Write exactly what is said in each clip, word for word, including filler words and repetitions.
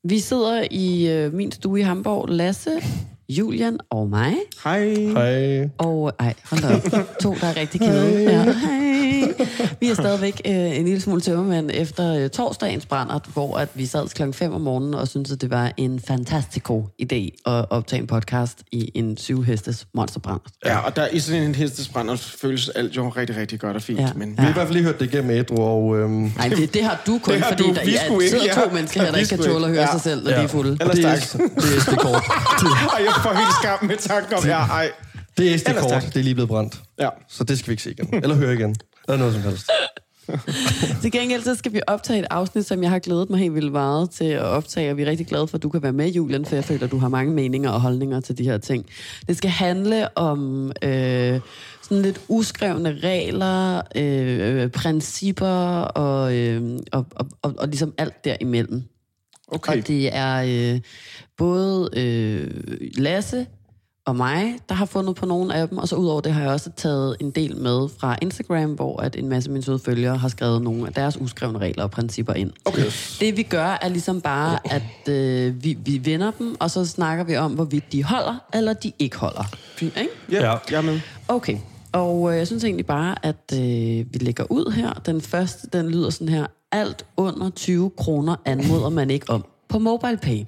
Vi sidder i øh, min stue i Hamburg. Lasse, Julian og mig. Hej. Hej. Og ej, hold da op. To, der er rigtig kede. Ja. Hej. Vi er stadigvæk øh, en lille smule tømmermænd efter øh, torsdagens brændert, hvor at vi sad klokken fem om morgenen og syntes, at det var en fantastisk god idé at optage en podcast i en syvhestes monsterbrændert. Ja, og der i sådan en hestesbrændert føles alt jo rigtig, rigtig godt og fint. Ja. Men... Vi har i hvert fald lige hørt det igennem ædru, og... Øhm... Nej, det, det har du kun, har fordi du. der Vi er, skulle sidder ikke, to ja. mennesker her, der Vi ikke kan skulle tåle at høre ikke. sig selv, når Ja. de er fulde. Ellers det er, tak. det er S D-kort. Ej, jeg får helt skam med tanken om, ja, ej. Det er Ellers tak. S D-kort, det er lige blevet brændt. Ja. Så det skal vi ikke se igen. Eller høre igen. Eller noget som helst. Til gengæld så skal vi optage et afsnit, som jeg har glædet mig helt vildt meget til at optage, og vi er rigtig glade for, at du kan være med, Julian, for jeg føler, at du har mange meninger og holdninger til de her ting. Det skal handle om øh, sådan lidt uskrevne regler, øh, principper og, øh, og, og, og, og ligesom alt derimellem. Okay. Og det er øh, både øh, Lasse og mig, der har fundet på nogle af dem, og så udover det har jeg også taget en del med fra Instagram, hvor at en masse af mine søde følgere har skrevet nogle af deres uskrevne regler og principper ind. Okay. Det vi gør er ligesom bare, at øh, vi, vi vender dem, og så snakker vi om, hvorvidt de holder, eller de ikke holder. Fint, ikke? Ja, Ja. jeg er med. Okay, og øh, jeg synes egentlig bare, at øh, vi lægger ud her. Den første, den lyder sådan her. Alt under tyve kroner anmoder man ikke om på MobilePay.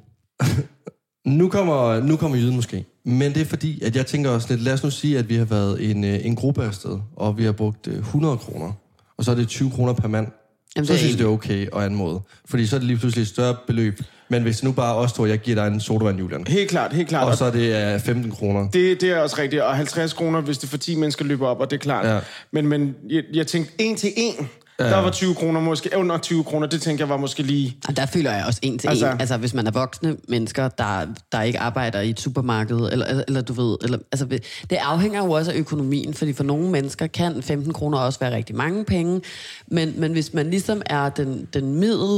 Nu kommer, nu kommer jyden måske. Men det er fordi, at jeg tænker også lidt, lad os nu sige, at vi har været en, øh, en gruppe afsted, og vi har brugt øh, hundrede kroner, og så er det tyve kroner per mand. Jamen, Så det er synes jeg, det er egentlig- okay at anmode. Fordi så er det lige pludselig et større beløb. Men hvis nu bare os to, jeg giver dig en sodavand, Julian. Helt klart, helt klart. Og så er det uh, femten kroner. Det, det er også rigtigt. Og halvtreds kroner, hvis det for ti mennesker løber op, og det er klart. Ja. Men, men jeg, jeg tænkte, en til en, ja. Der var tyve kroner måske, under tyve kroner, det tænker jeg var måske lige... Og der føler jeg også en til Altså- en. Altså, hvis man er voksne mennesker, der, der ikke arbejder i et supermarked, eller, eller du ved... Eller, altså, det afhænger jo også af økonomien, fordi for nogle mennesker kan femten kroner også være rigtig mange penge. Men, men hvis man ligesom er den, den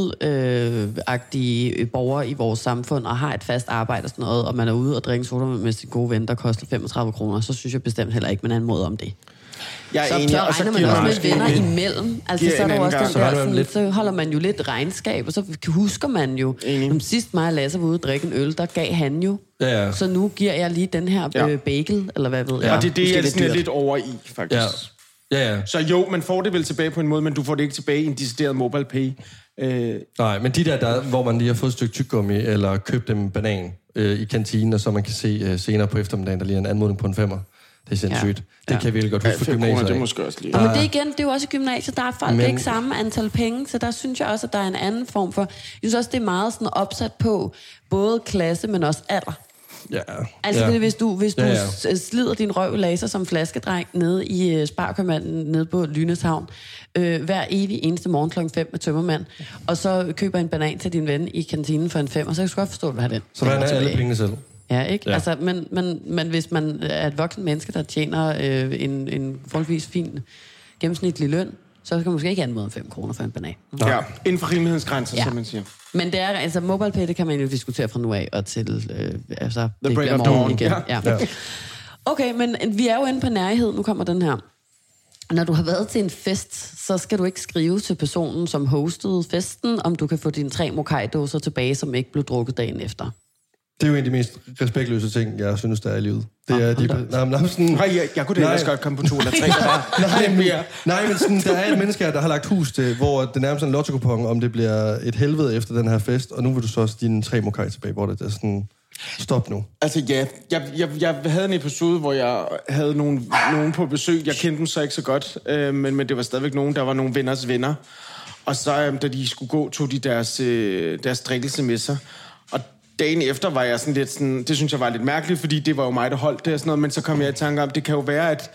middelagtige øh, borger i vores samfund, og har et fast arbejde og sådan noget, og man er ude og drikke soda med sin gode ven, der koster femogtredive kroner, så synes jeg bestemt heller ikke, man anmoder om det. Jeg er Så, enig, så og regner man giver også med måske venner en- imellem. Altså, giver så er en der jo anden også gang. den Så der, regner man sådan, lidt- så holder man jo lidt regnskab, og så husker man jo, Enig. som sidst mig og Lasse var ude og drikke en øl, der gav han jo. Ja, ja. Så nu giver jeg lige den her Ja. øh, bagel, eller hvad ved jeg. Og det er det, Måske jeg lidt sådan er dyrt. lidt over i, faktisk. Ja. Ja, ja. Så jo, man får det vel tilbage på en måde, men du får det ikke tilbage i en decideret MobilePay. Øh, Nej, men de der, der, hvor man lige har fået et stykke tyggegummi, eller købt dem en banan øh, i kantinen, og så man kan se øh, senere på eftermiddagen, der lige er en anmodning på en femmer. Det er sindssygt. Ja. Det kan jeg virkelig godt ja, huske fra fem kroner, gymnasiet det er af. måske også lige... Nå, men det igen, det er jo også i gymnasiet, der er folk Men- men... ikke samme antal penge, så der synes jeg også, at der er en anden form for... Jeg synes også, det er meget sådan opsat på både klasse, men også alder. Ja. Altså, ja. ja. hvis du, hvis du Ja, ja, ja. ja. slider din røv i laser som flaskedreng nede i uh, Sparkøbmanden nede på Lynæshavn, øh, hver evig eneste morgen klokken fem med tømmermand, og så køber en banan til din ven i kantinen for en fem, og så kan du godt forstå, at du har den. Så man er alle tilbage. pengene selv. Ja, ikke? Ja. Ja. Altså, men, men, men hvis man er et voksen menneske, der tjener øh, en, en forholdsvis fin gennemsnitlig løn, så kan man måske ikke anmode om fem kroner for en banan. Ja, inden for rimelighedens grænser, Ja. som man siger. Men det er, altså MobilePay, det kan man jo diskutere fra nu af og til, øh, altså, det break bliver of morgen dawn. igen. Ja. Ja. Okay, men vi er jo inde på nærhed. Nu kommer den her. Når du har været til en fest, så skal du ikke skrive til personen, som hostede festen, om du kan få dine tre mokai-dåser tilbage, som ikke blev drukket dagen efter. Det er jo en af de mest respektløse ting, jeg synes, der er i livet. Det er, de, nej, men, nej, sådan, Nej, jeg, jeg kunne da Nej. ellers godt komme på to eller tre, der var nej, lidt men, mere. nej, men sådan, der er et menneske her, der har lagt hus til, hvor det nærmest er en lotto-kupon, om det bliver et helvede efter den her fest, og nu vil du så også dine tre mokai tilbage, hvor det er sådan, stop nu. Altså ja, jeg, jeg, jeg havde en episode, hvor jeg havde nogen, nogen på besøg. Jeg kendte dem så ikke så godt, øh, men, men det var stadigvæk nogen, der var nogle venners venner. Og så, øh, da de skulle gå, tog de deres, øh, deres drikkelse med sig. Og dagen efter var jeg sådan lidt sådan, det synes jeg var lidt mærkeligt, fordi det var jo mig, der holdt det og sådan noget, men så kom jeg i tanke om, det kan jo være, at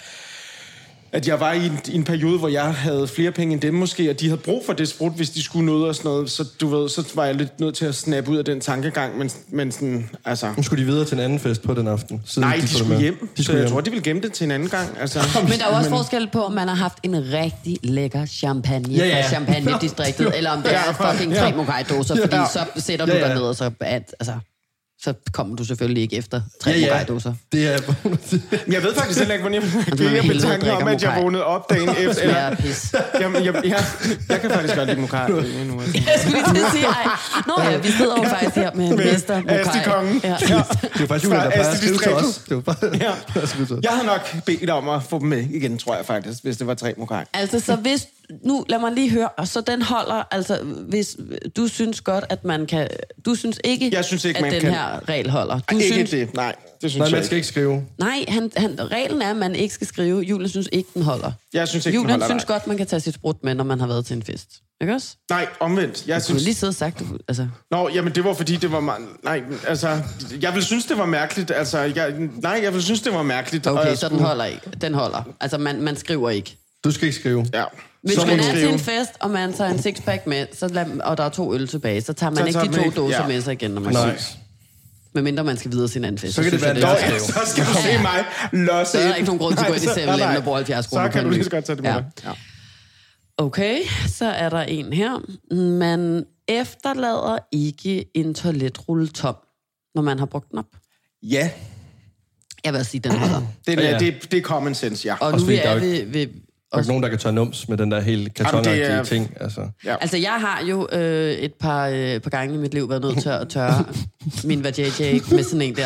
at jeg var i en, i en periode, hvor jeg havde flere penge end dem måske, og de havde brug for det sprut, hvis de skulle noget og sådan noget. Så du ved, så var jeg lidt nødt til at snappe ud af den tankegang, men, men sådan, altså... Nu skulle de videre til en anden fest på den aften. Siden Nej, de, de tog det skulle med. hjem, De så skulle jeg hjem. tror, de ville gemme det til en anden gang. Altså, Men der er jo også forskel på, om man har haft en rigtig lækker champagne Ja, ja. fra champagne-distriktet, eller om det er fucking tre mokai-dåser, fordi så sætter du Ja, ja. dig ned, og så... Altså, så kommer du selvfølgelig ikke efter tre Ja, ja. Mokai-dåser. Det er... Jeg ved faktisk heller ikke, hvordan jeg Du gik er med helvede tanke om, drikker at jeg Mokai. vågnede op dagen efter. Smager Eller, pis. jamen, jeg, jeg, jeg kan faktisk godt lide Mokai. Jeg skulle lige til at sige, ej. Nå ja, vi sidder jo faktisk her med Mister Mokai. Asti Kongen. Ja. Ja. Det er faktisk Julian, der Fra plejer at Asti skrive til Distriktet. os. Det var bare... Ja. der skrive til os. Jeg havde nok bedt om at få dem med igen, tror jeg faktisk, hvis det var tre Mokai. Altså, så hvis... Nu, lad mig lige høre. Og så den holder, altså, hvis du synes godt, at man kan... Du synes ikke, Jeg synes ikke, at man den kan- her regel holder. Du Ikke synes, det, nej. Det synes Nej, jeg man skal ikke skrive. Nej, han, han, reglen er, at man ikke skal skrive. Julian synes ikke, den holder. Jeg synes ikke, den Julian holder, synes nej. godt, man kan tage sit sprut med, når man har været til en fest. Ikke også? Nej, omvendt. Jeg Du synes... kunne lige sidde og sagt, du, altså... Nå, jamen det var fordi, det var... meget- Nej, altså... Jeg ville synes, det var mærkeligt. Altså, jeg... Nej, jeg ville synes, det var mærkeligt. og Okay, jeg så den skulle- holder ikke. Den holder. Altså, man, man skriver ikke. Du skal ikke skrive. Ja. Hvis Så må man du er skrive. til en fest, og man tager en sixpack med, så lad, og der er to øl tilbage, så tager man Så ikke tager de man to ikke- dåser ja. med sig igen, når man Nej. ses. Medmindre man skal videre sin anden fest. Så kan det synes være, jeg, at Nå, det ja, så skal du se mig losse. Så er der ind. ikke nogen grund til at gå ind i Nej, så- seven eleven nej, og bruge halvfjerds kroner Så på kan en du lige øl. så godt tage det med Ja. dig. Ja. Okay, så er der en her. Man efterlader ikke en toiletrulle tom, når man har brugt den op. Ja, Jeg vil også sige, den holder. det er, Ja. det, det er common sense, ja. Og nu Også vi fordi der er er jo ved... ved Der er ikke nogen, der kan tage nums med den der helt kartonagtige er- ting. Altså. ja. Altså, jeg har jo øh, et par, øh, par gange i mit liv været nødt til at tørre min vajayjay med sådan en der.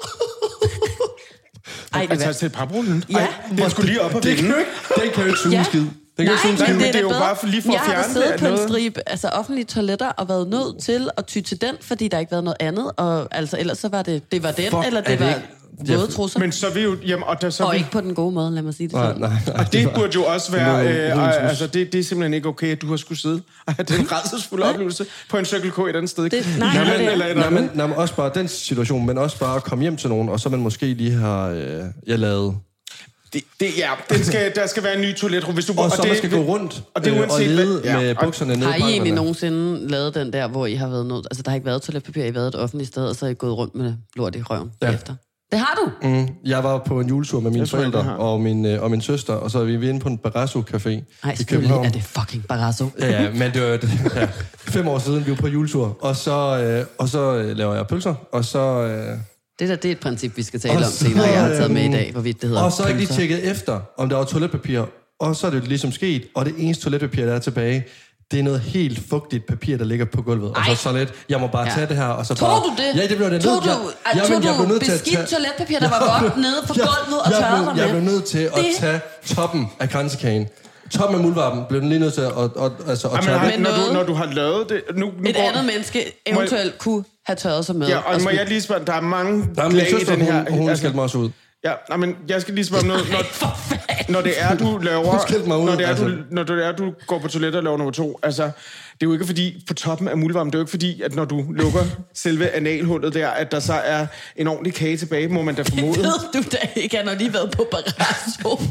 Ej, det Altså er til et parbrullen? Ja. Ej, den skulle lige op og Det kan vinde. jo ikke, den kan jo ikke suge Ja. skid. Den kan Nej, ikke suge men skid. men det er, det er jo da bedre. bare for lige for at jeg har da fjerne siddet det på en noget. stribe altså offentlige toiletter og været nødt til at ty til den, fordi der ikke været noget andet. Og altså, ellers så var det, det var den, Fuck, eller er det det var ikke- våde trusser. Men så vil jo... Jamen, og der, så Og vil, ikke på den gode måde, lad mig sige det Nej, sådan. nej, nej. og det burde jo også være... Det må jo- Øh, det må jo øh, synes. altså, det, det er simpelthen ikke okay, at du har skulle sidde og have den rædselsfulde oplevelse på en Circle K et andet sted. Det- nej, Jamen, nej, det er- eller et Nej, andet. men, nej, men også bare den situation, men også bare at komme hjem til nogen, og så man måske lige har øh, jeg lavet... Det, det, ja, den skal, der skal være en ny toiletrum, hvis du... Og så det, man skal gå rundt og det er øh, og uanset hvad- lede ja, med og- bukserne nede Har I på egentlig armene. nogensinde lavet den der, hvor I har været nødt... Altså, der har ikke været toiletpapir, I har været et offentligt sted, og så er I gået rundt med lort i røven Ja. efter. Det har du? Mm, jeg var på en juletur med mine Jeg tror, jeg forældre har. og min, øh, og min søster, og så er vi inde på en Barrasso-café Nej, i selvfølgelig København. er det fucking Barrasso. Ja, ja, men det var ja, fem år siden, vi var på juletur, og så, øh, og så øh, laver jeg pølser, og så... Øh, Det der, det er et princip, vi skal tale Og om så, senere. Jeg har taget med i øhm, dag, hvorvidt det hedder og så ikke lige pølser. tjekket efter, om der var toiletpapir, og så er det jo ligesom sket, og det eneste toiletpapir, der er tilbage, det er noget helt fugtigt papir, der ligger på gulvet. Og Ej. så så lidt, jeg må bare Ja. tage det her, og så Tog bare... du det? Ja, det blev jeg Tog nødt til. du, Jeg- ja, Jamen, tog jeg blev du nødt til at beskidt tage- toiletpapir, der var vådt nede på gulvet og jeg tørrede blev, dig jeg blev med? nødt til at Det- tage toppen af kransekagen. Toppen af muldvarpen blev den lige nødt til at, at, at, altså, at Jamen, tørre har, væk. Men når, du, noget- når du har lavet det... Nu, nu Et går, andet menneske eventuelt kunne have tørret sig med. Ja, og må skulle- jeg lige spørge, der er mange Der er min lag i søster, den her... hun, hun altså, skældte mig også ud. Ja, nej, men jeg skal lige spørge om noget. Når, når det er, du laver... Hun skældte mig ud, når, det er, altså. du, når det er, du går på toilettet og laver nummer to, altså... Det er jo ikke fordi, på toppen af muldvarmen, det er jo ikke fordi, at når du lukker selve analhullet der, at der så er en ordentlig kage tilbage, må man da formode. Ved du da ikke, han har lige været på Barrasso.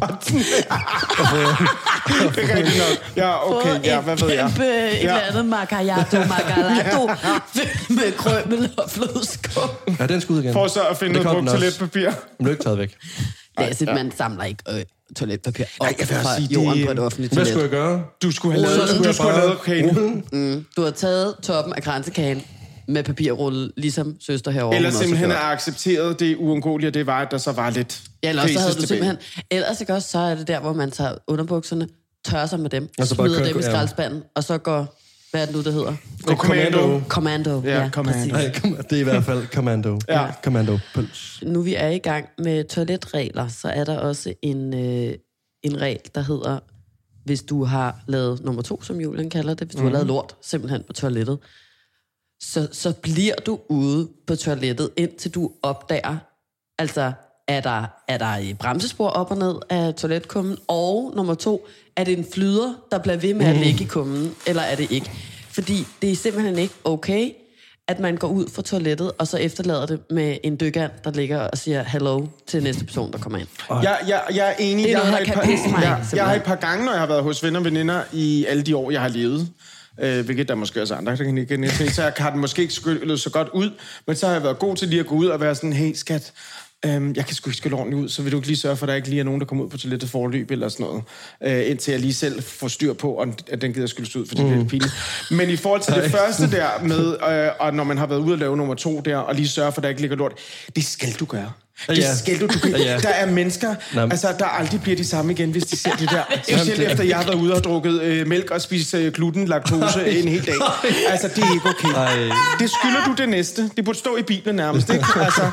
Det er rigtigt nok. Ja, okay, ja, hvad ved jeg? Kæmpe et Ja. eller andet macchiato, macchiato, fyldt med krømmel og flødeskum. Ja, den skal ud igen. For så at finde Det noget kom brugt den også. toiletpapir. Den blev ikke taget væk. Altså, man samler ikke øh, toiletpapir op Nej, jeg vil også fra sige, jorden det- på et offentligt Hvad toilet. skulle jeg gøre? Du skulle have lavet, Så skulle du jeg skulle have bare lavet kagen. rulle. Mm. Du har taget toppen af kransekagen med papirrulle, ligesom søster herovre. Eller hun også simpelthen har har gjort. accepteret det uundgåelige, og det var, at der så var lidt Ja, eller også så havde du faces tilbage. simpelthen... Ellers ikke også, så er det der, hvor man tager underbukserne, tørrer sig med dem, Og så bare smider kører- dem i ja. skraldespanden, og så går... Hvad er det nu, det hedder? Go commando. Commando. Ja, Ja, commando. præcis. Nej, kom- det er i hvert fald commando. Ja. Commando pøls. Nu vi er i gang med toiletregler, så er der også en, øh, en regel, der hedder, hvis du har lavet nummer to, som Julian kalder det, hvis du mm. har lavet lort simpelthen på toilettet, så, så bliver du ude på toilettet, indtil du opdager, altså, er der, er der et bremsespor op og ned af toiletkummen, og nummer to, er det en flyder, der bliver ved med at ligge i kummen, eller er det ikke? Fordi det er simpelthen ikke okay, at man går ud fra toilettet, og så efterlader det med en dykkand, der ligger og siger hello til næste person, der kommer ind. Jeg, jeg, jeg er enig. Det er jeg, noget, har der et kan par, pisse mig af, jeg, jeg simpelthen. har et par gange, når jeg har været hos venner og veninder i alle de år, jeg har levet, øh, hvilket der måske også andre, der kan ikke til, så jeg har den måske ikke skyllet så godt ud, men så har jeg været god til lige at gå ud og være sådan, hey skat, øhm, jeg kan sgu ikke skille ordentligt ud, så vil du ikke lige sørge for, at der ikke lige er nogen, der kommer ud på toilettet forløb eller sådan noget, øh, indtil jeg lige selv får styr på, at den gider skyldes ud, for det bliver mm. lidt pinligt. Men i forhold til det første der med, øh, og når man har været ude at lave nummer to der, og lige sørge for, at der ikke ligger lort, det skal du gøre. Det ja. skal du, du kan, ja. Der er mennesker, Nå. altså der aldrig bliver de samme igen, hvis de ser det der. Specielt efter jeg har været ude og drukket øh, mælk og spist øh, gluten, laktose en hel dag. Altså det er ikke okay. Ej. Det skylder du det næste. Det burde stå i Bibelen nærmest, ikke? Altså,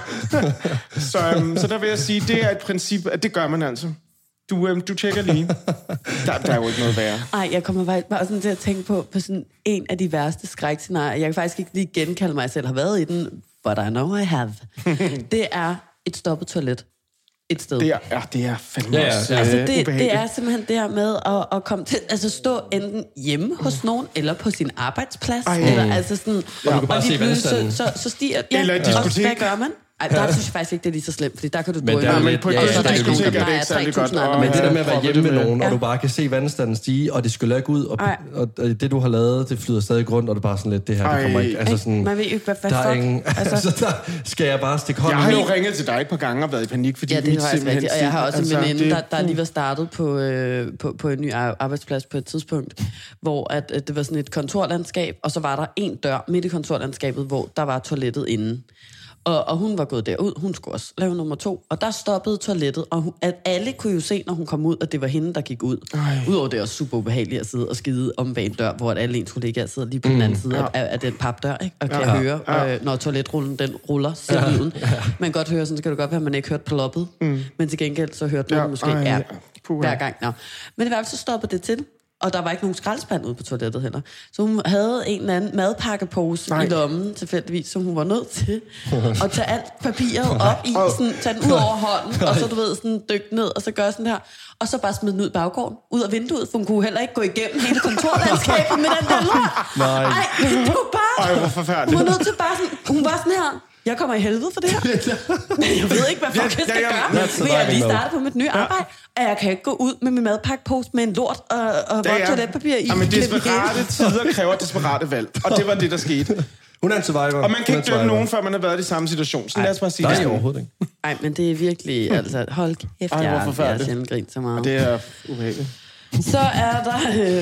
så, um, så der vil jeg sige, det er et princip, at det gør man altså. Du, øhm, du tjekker lige. Der, der er jo ikke noget værre. Ej, jeg kommer faktisk bare sådan til at tænke på, på sådan en af de værste skrækscenarier. Jeg kan faktisk ikke lige genkalde mig, at jeg selv har været i den, but I know I have. Det er et stoppet toilet et sted. Det er, ja, det er fandme ja, ja. også altså, øh, det, det er simpelthen det her med at, at komme til, altså stå enten hjemme hos nogen, eller på sin arbejdsplads. Ej. Eller, altså sådan, og du kan bare se vandstanden. Så, så, så stiger... Ja, eller et diskotek. Hvad gør man? Ej, der synes jeg faktisk ikke, det er lige så slemt, fordi der kan du men drømme. Men på et ja, ja, diskotek er det ikke særlig godt. Men det der med at være hjemme med nogen, ja. og du bare kan se vandstanden stige, og det skyller ikke ud, og, og, og det du har lavet, det flyder stadig rundt, og det er bare sådan lidt, det her, det kommer ikke. Altså sådan, man ved ikke, hvad, hvad der er fuck. ingen, altså, altså, der skal jeg bare stikke hånden. Jeg har jo ringet til dig et par gange og været i panik, fordi ja, det er faktisk rigtigt. Og jeg har også altså, en veninde, det... der, der lige var startet på, øh, på, på en ny arbejdsplads på et tidspunkt, hvor at, at det var sådan et kontorlandskab, og så var der en dør midt i kontorlandskabet, hvor der var toilettet inde. Og, og hun var gået derud, hun skulle også lave nummer to, og der stoppede toilettet, og hun, at alle kunne jo se, når hun kom ud, at det var hende, der gik ud. Udover det er også super ubehageligt at sidde og skide om bag en dør, hvor at alle ens kollegaer sidder lige på den anden side mm, ja. af, af den papdør, ikke? Og kan ja, høre, ja. øh, når toiletrullen den ruller, så ja, lyden. Ja. Man kan godt høre, sådan skal det godt være, at man ikke hørte ploppet, mm. men til gengæld så hørte man ja, måske ej, ja, hver gang. Nå. Men i hvert fald så stoppede det til. Og der var ikke nogen skraldespand ude på toilettet heller. Så hun havde en eller anden madpakkepose Nej. i lommen, tilfældigvis, som hun var nødt til at tage alt papiret op i, sådan, tage den ud over hånden, og så, du ved, sådan dykke ned, og så gøre sådan her. Og så bare smide den ud i baggården, ud af vinduet, for hun kunne heller ikke gå igennem hele kontorlandskabet med den der lort. Nej. Ej, det var bare... Ej, hvor forfærdeligt. Hun var nødt til bare sådan... Hun var sådan her... Jeg kommer i helvede for det her. Men jeg ved ikke, hvad folk jeg skal ja, ja, gøre. For jeg lige startet på mit nye arbejde, og jeg kan ikke gå ud med min madpakkepose med en lort og, og vådt toiletpapir i. Ja, men desperate tider kræver desperate valg. Og det var det, der skete. Hun er en survivor. Og man kan ikke dømme nogen, før man har været i samme situation. Så lad os bare sige det. Nej, overhovedet ikke. Nej, men det er virkelig... Altså, hold kæft, jeg har sjældent grint så meget. Og det er ubehageligt. Så er der,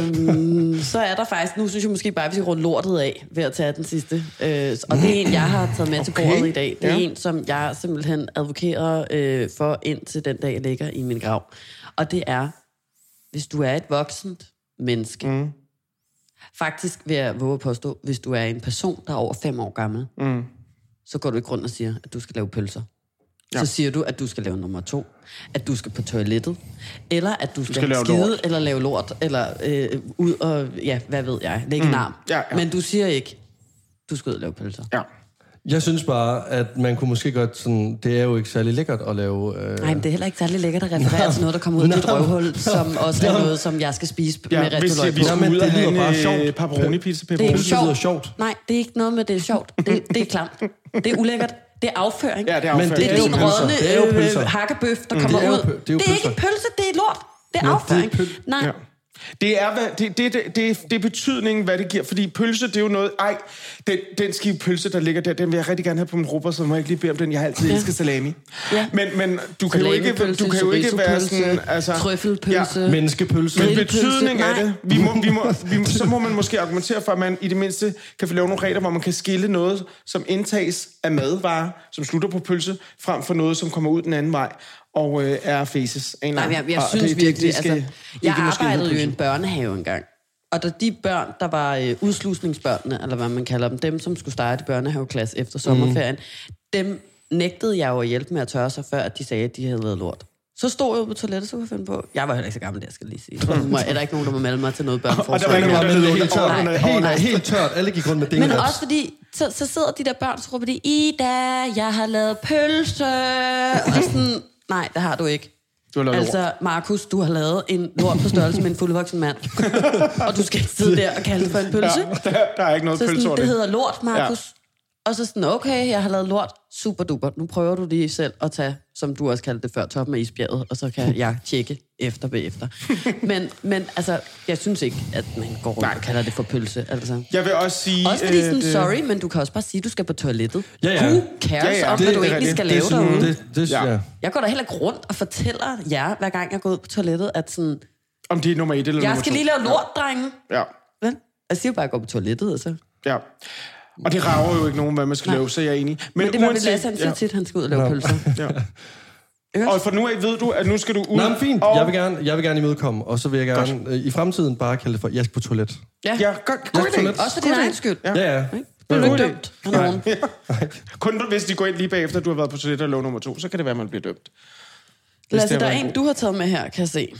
øhm, så er der faktisk, nu synes jeg måske bare, at vi skal runde lortet af ved at tage den sidste. Øh, og det er en, jeg har taget med okay. til bordet i dag. Det er ja. en, som jeg simpelthen advokerer øh, for indtil den dag, jeg ligger i min grav. Og det er, hvis du er et voksent menneske, mm. faktisk vil jeg våge at påstå, hvis du er en person, der er over fem år gammel, mm. så går du ikke rundt og siger, at du skal lave pølser. Ja. Så siger du, at du skal lave nummer to, at du skal på toilettet, eller at du skal, du skal lave skide, lort. Eller lave lort, eller øh, ud og, ja, hvad ved jeg, lægge mm. en arm. Ja, ja. Men du siger ikke, du skal ud og lave pølser. Ja. Jeg synes bare, at man kunne måske godt sådan... Det er jo ikke særlig lækkert at lave... Øh... Nej, men det er heller ikke særlig lækkert at referere til noget, der kommer ud af et røvhul, som også er noget, som jeg skal spise ja, med rettoløg på. Vi skal ud og have en bare sjovt. Pepperoni-pizza. Det er ikke sjovt. sjovt. Nej, det er ikke noget med, det er sjovt. Det, det er klamt. Det er ulækkert. Det er afføring. Ja, det er afføring. Men det er, det er din rådne øh, hakkebøf, der kommer det er jo, ud. Det er, det er ikke pølse, det er lort. Det er afføring. Det er Nej. Ja. Det er, hvad, det, det, det, det, det er betydningen, hvad det giver. Fordi pølse, det er jo noget... Ej, den, den skive pølse, der ligger der, den vil jeg rigtig gerne have på min rubber, så må jeg ikke lige bede om den. Jeg har altid ja. elsket salami. Ja. Men, men du kan jo ikke, du kan jo ikke være sådan... Altså, trøffelpølse. Ja. Menneskepølse. Men betydning af det... Vi må, vi må, vi må, så må man måske argumentere for, at man i det mindste kan få lavet nogle regler, hvor man kan skille noget, som indtages af madvarer, som slutter på pølse, frem for noget, som kommer ud den anden vej. Og øh, er faces. Nej, jeg, jeg, jeg synes det, virkelig, det, det skal, altså, jeg arbejdede jo i en børnehave engang, og da de børn, der var øh, udslusningsbørnene, eller hvad man kalder dem, dem som skulle starte i børnehaveklasse efter sommerferien, mm. dem nægtede jeg jo at hjælpe med at tørre sig, før at de sagde, at de havde lavet lort. Så stod jeg jo på toilettet, så kunne jeg finde på. Jeg var heller ikke så gammel, det jeg skal lige sige. Så må, er der ikke nogen, der må melde mig til noget børneforskning? Og der var ikke nogen, der lød helt tørt. Nej, helt, nej. helt tørt. Alle gik rundt med ding. Men også fordi, så, så sidder de der børn, så råber de, Ida, jeg har lavet pølse. Og sådan... Nej, det har du ikke. Du har lavet altså, lort. Markus, du har lavet en lort på størrelse med en fuldvoksen mand. Og du skal ikke sidde der og kalde det for en pølse. Ja, der, der er ikke noget pølse over det. Det hedder lort, Markus. Og så sådan, okay, jeg har lavet lort, super duper. Nu prøver du lige selv at tage, som du også kaldte det før, toppen af isbjerget, og så kan jeg tjekke efter bagefter. men, men altså, jeg synes ikke, at man går rundt og kalder det for pølse. Altså. Jeg vil også sige... Også fordi sådan, det... sorry, men du kan også bare sige, at du skal på toilettet. Ja, ja. Who cares ja, ja. om, hvad det, du det, egentlig det, skal det, lave det, derude? Det, det, ja. ja. Jeg går da heller ikke rundt og fortæller jer, hver gang jeg går ud på toilettet, at sådan... Om det er nummer et eller jeg nummer to. skal lige lave lort, ja. drenge. Ja. Vel? Jeg siger bare, at jeg går på toilettet, og så... Ja. Og det rager jo ikke nogen, hvad man skal Nej. lave, så jeg er enig. Men, Men det var uanset... Lasse, han siger ja. tit, han skal ud og lave pølser. Ja. Og for nu af ved du, at nu skal du ud... Nå, men fint. Og... Jeg vil gerne, jeg vil gerne imødekomme, og så vil jeg gerne øh, i fremtiden bare kalde det for, jeg skal på toilet. Ja, ja godt. God idé. Også for din egen skyld. Ja, ja. ja. Du er ikke dømt af nogen. Kun hvis de går ind lige bagefter, at du har været på toilet og lov nummer to, så kan det være, at man bliver dømt. Lasse, der er en, du har taget med her, kan jeg se.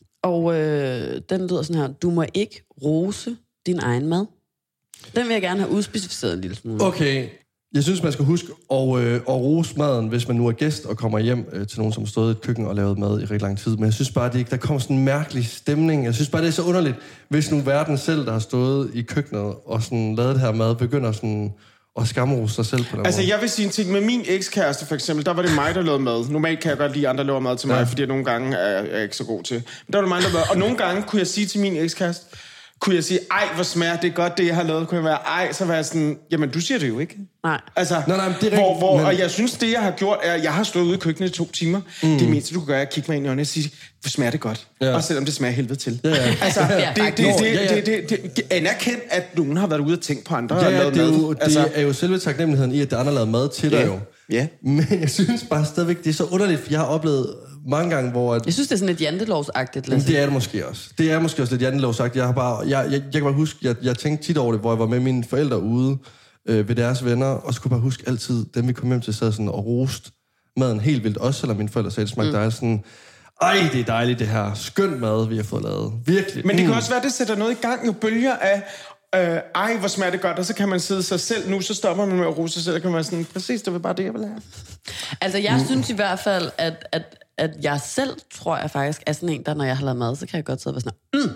Og øh, den lyder sådan her. Du må ikke rose din egen mad. Den vil jeg gerne have udspecificeret en lille smule. Okay. Jeg synes, man skal huske at, øh, at rose maden, hvis man nu er gæst og kommer hjem øh, til nogen, som har stået i et køkken og lavet mad i rigtig lang tid. Men jeg synes bare, det, der kommer sådan en mærkelig stemning. Jeg synes bare, det er så underligt, hvis nu verden selv, der har stået i køkkenet og sådan lavet det her mad, begynder sådan at skamrose sig selv på den Altså, måde. jeg vil sige en ting. Med min ekskæreste, for eksempel, der var det mig, der lavede mad. Normalt kan jeg godt lide, at andre laver mad til mig, ja. fordi jeg nogle gange er, er ikke så god til. Men der var det mig, der lavede. Og nogle gange kunne jeg sige til min ekskæreste, kunne jeg sige, ej, hvor smager det godt, det jeg har lavet. Kunne jeg være, ej, så var jeg sådan, jamen, du siger det jo ikke. Nej. Altså, nej, nej, det er hvor, hvor, men... og jeg synes, det jeg har gjort, er, at jeg har stået ude i køkkenet i to timer. Mm. Det mindste, du kan gøre, er at kigge mig ind i øjnene og sige, hvor smager det godt. Ja. Også selvom det smager helvede til. Ja, ja. Altså, ja, det, det, det, det, det, det, det, anerkend, at nogen har været ude og tænkt på andre. Ja, ja, og det, er jo, altså, det er jo selve taknemmeligheden i, at der andre har lavet mad til dig ja. jo. Ja. Men jeg synes bare stadigvæk, det er så underligt, for jeg har oplevet mange gange, hvor... At, jeg synes, det er sådan et jantelovsagtigt. Lasse. Det er det måske også. Det er måske også lidt jantelovsagtigt. Jeg har bare... Jeg, jeg, jeg kan bare huske, jeg, jeg tænkte tit over det, hvor jeg var med mine forældre ude øh, ved deres venner, og så kunne jeg bare huske altid, dem vi kom hjem til, sad sådan og rost maden helt vildt. Også selvom mine forældre sagde, det smagte mm. dejligt. Sådan, ej, det er dejligt, det her skønt mad, vi har fået lavet. Virkelig. Men det mm. kan også være, det sætter noget i gang. Jo bølger af... Øh, ej, hvor smager det godt, og så kan man sidde sig selv nu, så stopper man med at rose sig selv, og kan man sådan, præcis, det var bare det, jeg ville have. Altså, jeg mm. synes i hvert fald, at, at, at jeg selv, tror jeg faktisk, er sådan en, der når jeg har lavet mad, så kan jeg godt sidde og være sådan, mm,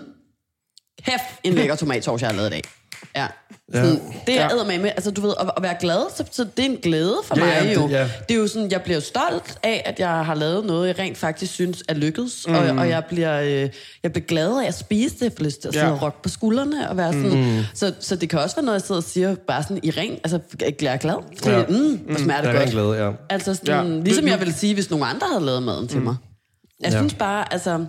kæft, en lækker tomatsauce, jeg har lavet i dag. Ja. Sådan, ja. Det er æder med med. Altså, du ved, at, at være glad, så, så det er en glæde for ja, mig jo. Det, ja. det er jo sådan, jeg bliver stolt af, at jeg har lavet noget, jeg rent faktisk synes er lykkedes, mm. og, og jeg bliver øh, jeg bliver glad af at spise det, for lyst til at sidde ja. og rokke på skuldrene, og være sådan, mm. så, så det kan også være noget, jeg sidder og siger, bare sådan i ren, altså, jeg er glad, fordi, ja. mm, hvor smager det mm. godt. Glæde, ja. Altså, sådan, ja. ligesom jeg ville sige, hvis nogen andre havde lavet maden til mm. mig. Jeg synes ja. bare, altså,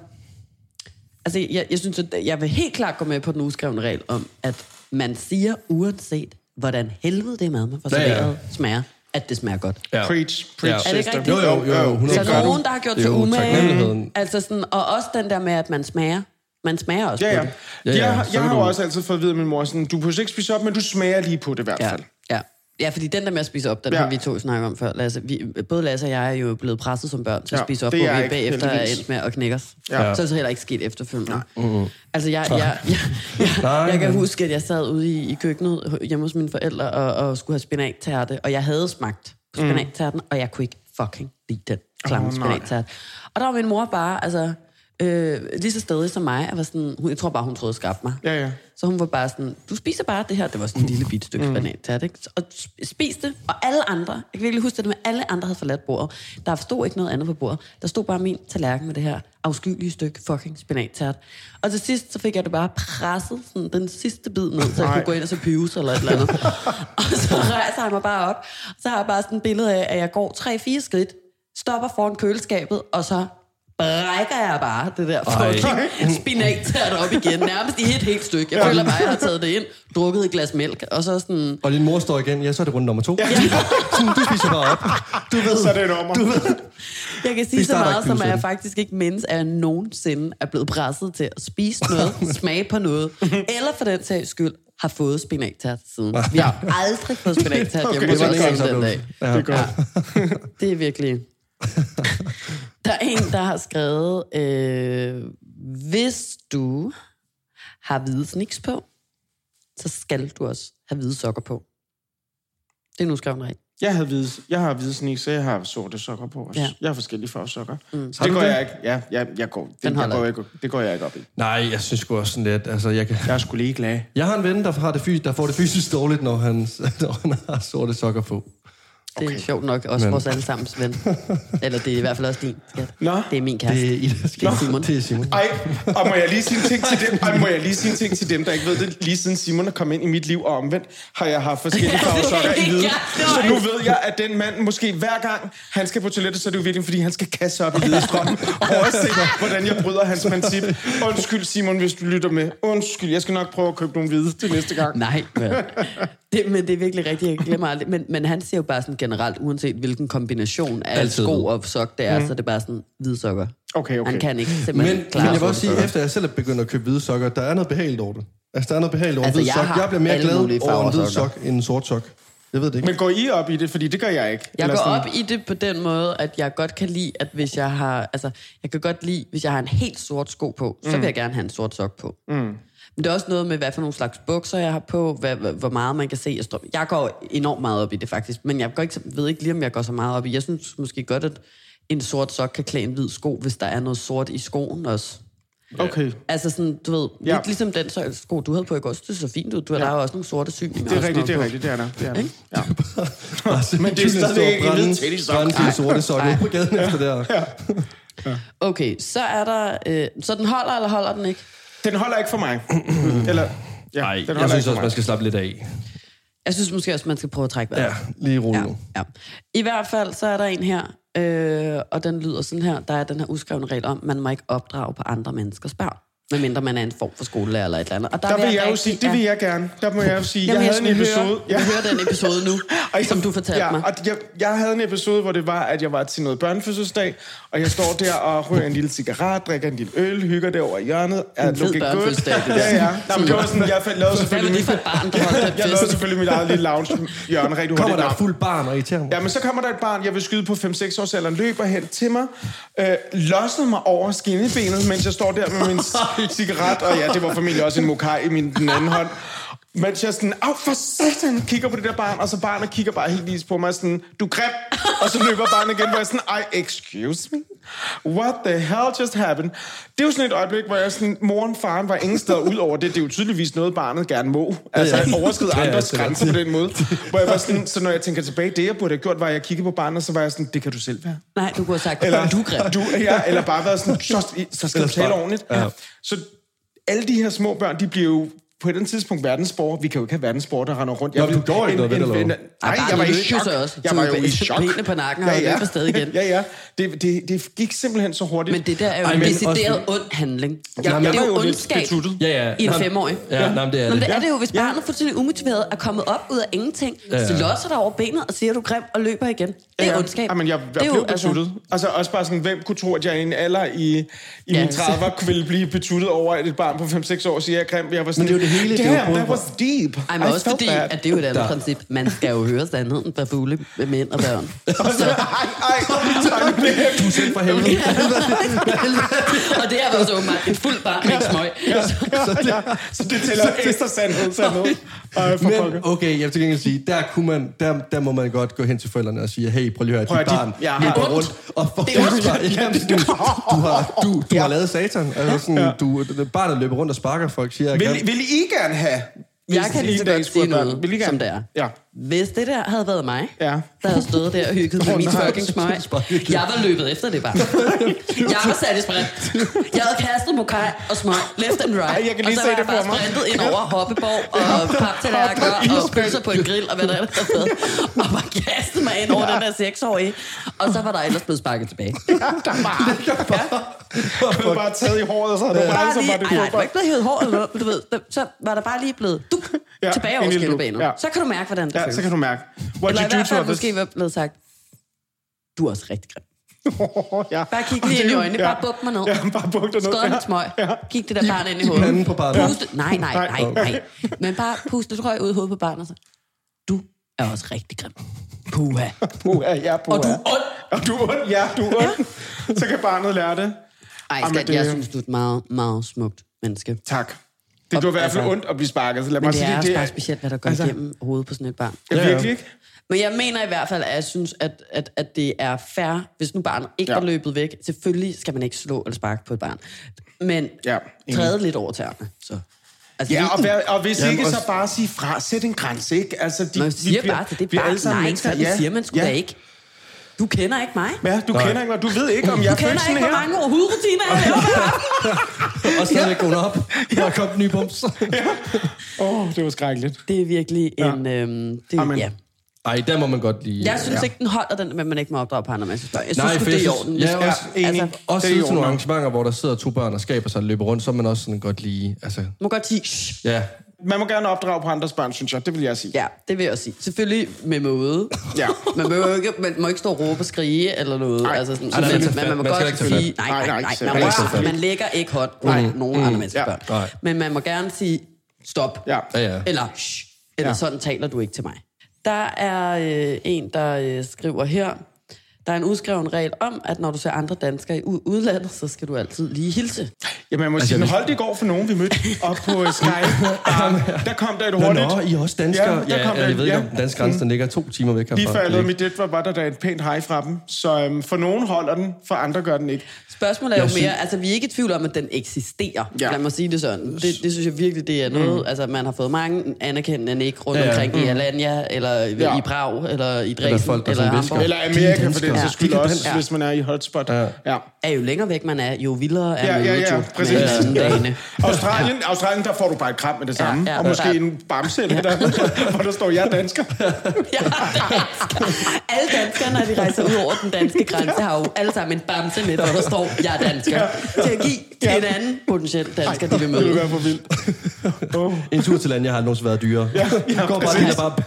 altså jeg, jeg synes, at jeg vil helt klart gå med på den uskrevne regel om, at man siger, uanset hvordan helvede det mad, man får serveret, ja, ja. smager, at det smager godt. Ja. Preach, preach, ja. Er det ikke jo, jo, jo, jo. Så er nogen, der har gjort sig umage. Altså sådan, og også den der med, at man smager. Man smager også ja, ja. på det. Ja, ja. Jeg, jeg har jo også altid fået at vide af min mor, sådan, du behøver ikke spise op, men du smager lige på det i hvert fald. Ja, ja. Ja, fordi den der med at spise op, den ja. har vi to snakket om før. Lasse, vi, både Lasse og jeg er jo blevet presset som børn til at ja, spise op, hvor vi bagefter er endt med at knække os. Ja. Så er det heller ikke sket efterfølgende. Mm-hmm. Altså, jeg, jeg, jeg, jeg, jeg, jeg kan huske, at jeg sad ude i, i køkkenet hjemme hos mine forældre og, og skulle have spinattærte, og jeg havde smagt på spinattærten, og jeg kunne ikke fucking lide den klamme oh, spinattærte. Og der var min mor bare, altså... Øh, lige så stedig som mig, jeg var sådan, hun, jeg tror bare, hun troede at skabte mig. Ja, ja. Så hun var bare sådan, du spiser bare det her, det var sådan en lille bit stykke mm. banantært, ikke? Og spis det, og alle andre, jeg kan virkelig huske det, men alle andre havde forladt bordet. Der stod ikke noget andet på bordet. Der stod bare min tallerken med det her afskyelige stykke fucking spinattært. Og til sidst, så fik jeg det bare presset, sådan den sidste bid ned, så jeg kunne gå ind og så pivse eller et eller andet. Og så rejser jeg mig bare op, så har jeg bare sådan et billede af, at jeg går tre-fire skridt, stopper foran køleskabet, og så brækker jeg bare det der fucking spinattært op igen. Nærmest i et helt stykke. Jeg føler bare, jeg har taget det ind, drukket et glas mælk, og så sådan... Og din mor står igen, ja, så er det rundt nummer to. Ja. Sådan, du spiser bare op. Du ved, så er det nummer. Du ved. Jeg kan sige så meget, som at jeg faktisk ikke mindes, at jeg nogensinde er blevet presset til at spise noget, smage på noget, eller for den sags skyld, har fået spinattært siden. Vi har aldrig fået spinattært okay, hjemme hos os den dag. Ja. Det er godt. Ja. Det er virkelig... Der er en, der har skrevet, øh, hvis du har hvide sniks på, så skal du også have hvide sokker på. Det er nu skrevet ret. Jeg, havde hvide, jeg har hvide sneaks, så jeg har sorte sokker på også. Ja. Jeg har forskellige farvesokker. Mm. Så det går det? jeg ikke. Ja, jeg, jeg går, det, jeg går ikke, det går jeg ikke op i. Nej, jeg synes sgu også sådan lidt. Altså, jeg, kan... jeg er sgu lige glad. Jeg har en ven, der, har det fys- der får det fysisk dårligt, når han, når han har sorte sokker på. Det er okay. Sjovt nok også Men... vores allesammens ven. Eller det er i hvert fald også din, skat. Nå. Det er min kæreste. Det er Ida, det er Simon. Det er Simon. Ej, og må jeg lige sige en ting til dem, Ej, må jeg lige sige en ting til dem, der ikke ved det. Lige siden Simon er kommet ind i mit liv og omvendt, har jeg haft forskellige farvesokker i hvide. Så nu ved jeg, at den mand måske hver gang, han skal på toilettet, så er det jo virkelig, fordi han skal kaste sig op i hvide strøm. Og også se, hvordan jeg bryder hans princip. Undskyld, Simon, hvis du lytter med. Undskyld, jeg skal nok prøve at købe nogle hvide til næste gang. Nej, det, men det er virkelig rigtigt, jeg glemmer aldrig. Men, men han siger jo bare sådan generelt, uanset hvilken kombination af Altid. sko og sok det er, mm. så er det bare sådan hvide sokker. Okay, okay. Han kan ikke simpelthen men, klare men jeg vil også sige, sokker. efter jeg selv er begyndt at købe hvide sokker, der er noget behageligt over det. Altså, der er noget behageligt over altså, hvide jeg sok. Jeg bliver mere glad over en hvid sok end en sort sok. Jeg ved det ikke. Men går I op i det? Fordi det gør jeg ikke. Jeg går sådan... op i det på den måde, at jeg godt kan lide, at hvis jeg har... Altså, jeg kan godt lide, hvis jeg har en helt sort sko på, mm. så vil jeg gerne have en sort sok på. Mm. Men det er også noget med, hvad for nogle slags bukser jeg har på, hvad, hvor meget man kan se. Jeg, står... jeg går enormt meget op i det, faktisk. Men jeg går ikke, ved ikke lige, om jeg går så meget op i. Jeg synes måske godt, at en sort sok kan klæde en hvid sko, hvis der er noget sort i skoen også. Okay. Altså sådan, du ved, ja. Lidt ligesom den sko, du havde på i går, det så fint ud. Du har ja. Der jo også nogle sorte syninger. Det er rigtigt, det er rigtigt, det er der. Det er der. Ja. Men det er stadig ikke en hvid tættisok. Brænde sorte sokker på gaden efter det her. Ja. Ja. Okay, så er der... Øh, så den holder, eller holder den ikke? Den holder ikke for mig. Eller... Ja, Nej, jeg synes også, man skal slappe lidt af. Jeg synes måske også, man skal prøve at trække vejret. Ja, lige roligt ja, nu. Ja. I hvert fald, så er der en her, øh, og den lyder sådan her. Der er den her uskrevne regel om, man må ikke opdrage på andre menneskers børn. Medmindre man er en form for skolelærer eller et eller andet. Og der, der vil jeg, jeg jo sige, det vil jeg gerne. Der må jeg jo sige, Jamen, jeg, jeg havde en episode... Høre, jeg vil høre den episode nu, Ej, som du fortalte ja, mig. Og jeg, jeg havde en episode, hvor det var, at jeg var til noget børnefødselsdag, og jeg står der og ryger en lille cigaret, drikker en lille øl, hygger derovre i hjørnet. En fed børnefødselsdag. Ja, ja. Nå, men det var sådan, jeg lavede selvfølgelig... Hvad var det for et barn, du jeg, jeg lavede selvfølgelig mit eget lille lounge-hjørne rigtig hurtigt. Kommer der et fuld barn og irriterer mig? Ja, men så kommer der et barn, jeg vil skyde på fem seks års alderen, løber hen til mig, øh, losner mig over skinnebenet, mens jeg står der med min cigaret, og ja, det var formentlig også en mokai i min den anden hånd. Mens jeg sådan, af for satan, kigger på det der barn, og så barnet kigger bare helt lige på mig sådan, du grim, og så løber barnet igen, hvor jeg sådan, ej, excuse me, what the hell just happened? Det er jo sådan et øjeblik, hvor jeg sådan, moren, faren var ingen steder ud over det, det er jo tydeligvis noget, barnet gerne må, altså at overskride andres grænser på den måde, hvor jeg var sådan, så når jeg tænker tilbage, det jeg burde have gjort, var, at jeg kiggede på barnet, så var jeg sådan, det kan du selv være. Nej, du kunne have sagt, eller, du er grim. Du, ja, eller bare været sådan, så, så skal du tale ordentligt. Ja. Så alle de her små børn, de bliver jo på et tidspunkt verdensborger. Vi kan jo ikke have verdensborger, der render rundt. Jeg Nå, du går ikke noget ved det, eller Nej, jeg var i chok. Jeg var jo i chok. Benene på nakken og løber stadig igen. Ja, ja. Det, det, det gik simpelthen så hurtigt. Men det der er jo Ej, en decideret ond handling. Ja, jeg, jeg det er jo ondskab ja, ja. i en femårig. Ja, ja. Nå, det er det. det er det jo, hvis barnet fuldstændig umotiveret er kommet op ud af ingenting, ja, ja. Så losser der over benet og siger, du grim og løber igen. Det er ja, ondskab. Jamen, jeg, jeg blev betuttet. Altså også bare sådan, hvem kunne tro, at jeg i en alder i, i ja, mine trediver ville blive betuttet over, at et barn på fem seks år siger, jeg grim. Jeg var sådan, men det er jo det hele. Damn, that was deep. Ej, men også fordi, at det er jo et andet princip. Man skal jo høre sandheden fra fugle mænd og børn. Ej, ej, du er selv for helvede. Og det er jo så åbenbart et fuldt barn med en smøg. Så det tæller ekstra sandhed, sandhed. Men okay, jeg vil til gengæld sige, der, kunne man, der, der må man godt gå hen til forældrene og sige, hey, prøv lige at høre, dit barn ja, løber rundt og får det du, du, har, du, du har lavet satan. Altså sådan, du, barnet løber rundt og sparker folk, siger, vil, vil I gerne have? Jeg kan lige så godt sige noget, vil som det er. Ja. Hvis det der havde været mig, ja. der havde stået der og hygget med min fucking smøg, jeg var løbet efter det bare. Jeg var sat i sprint. Jeg havde kastet mokai og smøg left and right. Jeg kan lige og så se var jeg det bare mig. sprintet ind over hoppeborg og paptallerker og pølser på en grill og hvad der er der fed. Og bare kastet mig ind over ja. Den der seksårige. Og så var der ellers blevet sparket tilbage. Ja, der var Du havde bare taget i håret, og så havde du bare så var det. Nej, du var ikke blevet hævet håret, du ved. Så var der bare lige blevet duk tilbage over skillebenet. Så kan du mærke, hvordan det føles. Ja, så kan du mærke. What Eller i hvert fald måske var blevet sagt, du er også rigtig grim. Oh, ja. Bare kig lige ind i øjnene, bare buk mig ned. Ja, bare buk dig ned. Skåd mit smøg. Ja. Kig det der barn ind i hovedet. I panden på barnet. Puste. Nej, nej, nej, nej. Men bare puste trøj ud i hovedet på barnet. Så. Du er også rigtig grim. Puha. Puha, ja, puha. Og du er ond. Og du er ond, ja, du er ond. Så kan barnet lære det. Ej, skat, det... jeg synes, du er et meget, meget smukt menneske. Tak. Det er i hvert fald altså, ondt at blive sparket. Så lad men mig det sige, er også det bare specielt, hvad der går altså, igennem hovedet på sådan et barn. Ja, virkelig ikke. Men jeg mener i hvert fald, at jeg synes, at, at, at det er fair, hvis nu barnet ikke ja. var løbet væk. Selvfølgelig skal man ikke slå eller sparke på et barn. Men ja, træde lidt over tæerne. Så. Altså, ja, og, vær, og hvis Jamen, ikke, også... så bare sige fra. Sæt en grænse, ikke? Altså, de, man siger vi bare til det vi barn, nej, mennesker. sådan ja, siger man sgu ja. da ikke. Du kender ikke mig. Ja, du Nej. kender ikke mig. Du ved ikke, om jeg er Du kender ikke, hvor mange hudrutiner jeg laver. Og stadigvæk gå op. Der er kommet ny bums. Åh, ja. oh, det var skrækkeligt. Det er virkelig ja. en... Øhm, det, Amen. ja. Ej, der må man godt lige... Jeg synes ja. ikke, den holder den, men man ikke må opdrage på andre menneskers børn. Jeg synes, Nej, det er i orden. Ja, også, ja, altså, også til nogle arrangementer, hvor der sidder to børn og skaber sig og løber rundt, så er man også sådan godt lige... Altså... Man må godt sige... Ja. Man må gerne opdrage på andres børn, synes jeg. Det vil jeg sige. Ja, det vil jeg også sige. Selvfølgelig med måde. Ja. Man må jo ikke, man må ikke stå og råbe og skrige eller noget. Nej. Altså sådan, Ej, nej, men, man, men man må man godt sige... Nej, nej, nej. nej. Man, rører, man lægger ikke hånd på mm. nogen mm. andre menneskers ja. børn. Nej. Men man må gerne sige stop. Ja. Ja, ja. Eller shh. Eller ja. sådan taler du ikke til mig. Der er øh, en, der øh, skriver her... Der er en udskreven regel om, at når du ser andre danskere i udlandet, så skal du altid lige hilse. Jamen, jeg må sige, den holdt i går for nogen, vi mødte op på Skype. Der, der kom der et hurtigt... Nå, I er også danskere. Ja, der kom ja, der, jeg ved ikke, ja. om den danske grænse, den ligger to timer væk herfra. Lige før jeg lavede mit det, var der da et pænt hej fra dem. Så øhm, for nogen holder den, for andre gør den ikke. Spørgsmålet er jo jeg mere, synes... altså vi er ikke i tvivl om, at den eksisterer. Ja. Lad mig sige det sådan. Det, det synes jeg virkelig, det er noget, mm. altså man har fået mange anerkendende ikke rundt ja, ja. omkring mm. i Alanya, eller ja. i Prag, eller i Dresden, eller, eller Hamburg. Eller Amerika, for den så skyld også, ja. hvis man er i hotspot. Ja. Ja. Er jo længere væk man er, jo vildere er ja, mødet ja, ja, jo præcis. med dagene. Australien, ja. Australien, der får du bare et kram med det samme. Ja, ja, og måske der... en bamse eller ja. der, hvor der står, jeg er dansker. Jeg er dansker. Alle danskere, når de rejser ud over den danske grænse, har jo alle sammen en bamse med, hvor der står, jeg er dansker. Ja. Til at give til ja. en anden potentiel dansker, de vil møde. Det vil være for vildt. Oh. En tur til landet har aldrig været dyrere. Ja, ja, går bare lige bare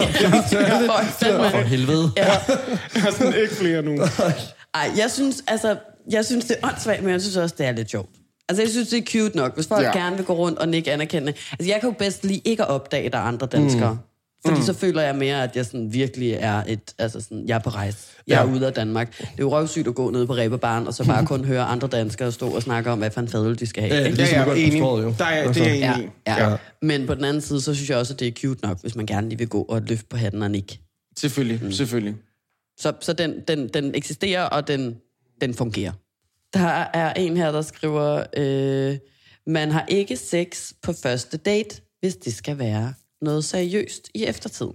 ja, for helvede. Ja. Jeg har sådan ikke flere nu. Ej, jeg synes, altså, jeg synes, det er åndssvagt, men jeg synes også, det er lidt sjovt. Altså, jeg synes, det er cute nok, hvis folk ja. gerne vil gå rundt og nikke anerkendende. Altså, jeg kan jo bedst lige ikke at opdage, at der er andre danskere. Mm. Fordi mm. så føler jeg mere, at jeg sådan virkelig er et, altså sådan, jeg er på rejse. Jeg er ja. ude af Danmark. Det er jo røvsygt at gå ned på Reberbaren, og så bare kun høre andre danskere stå og snakke om, hvad for en fadøl de skal have. Ja, ikke? det er jeg enig. Jo. Der er, det er jeg enig. Ja, ja. Ja. Men på den anden side, så synes jeg også, at det er cute nok, hvis man gerne lige vil gå og løfte på hatten og nikke. Selvfølgelig, mm. selvfølgelig. Så, så den, den, den eksisterer, og den, den fungerer. Der er en her, der skriver, øh, man har ikke sex på første date, hvis det skal være noget seriøst i eftertiden.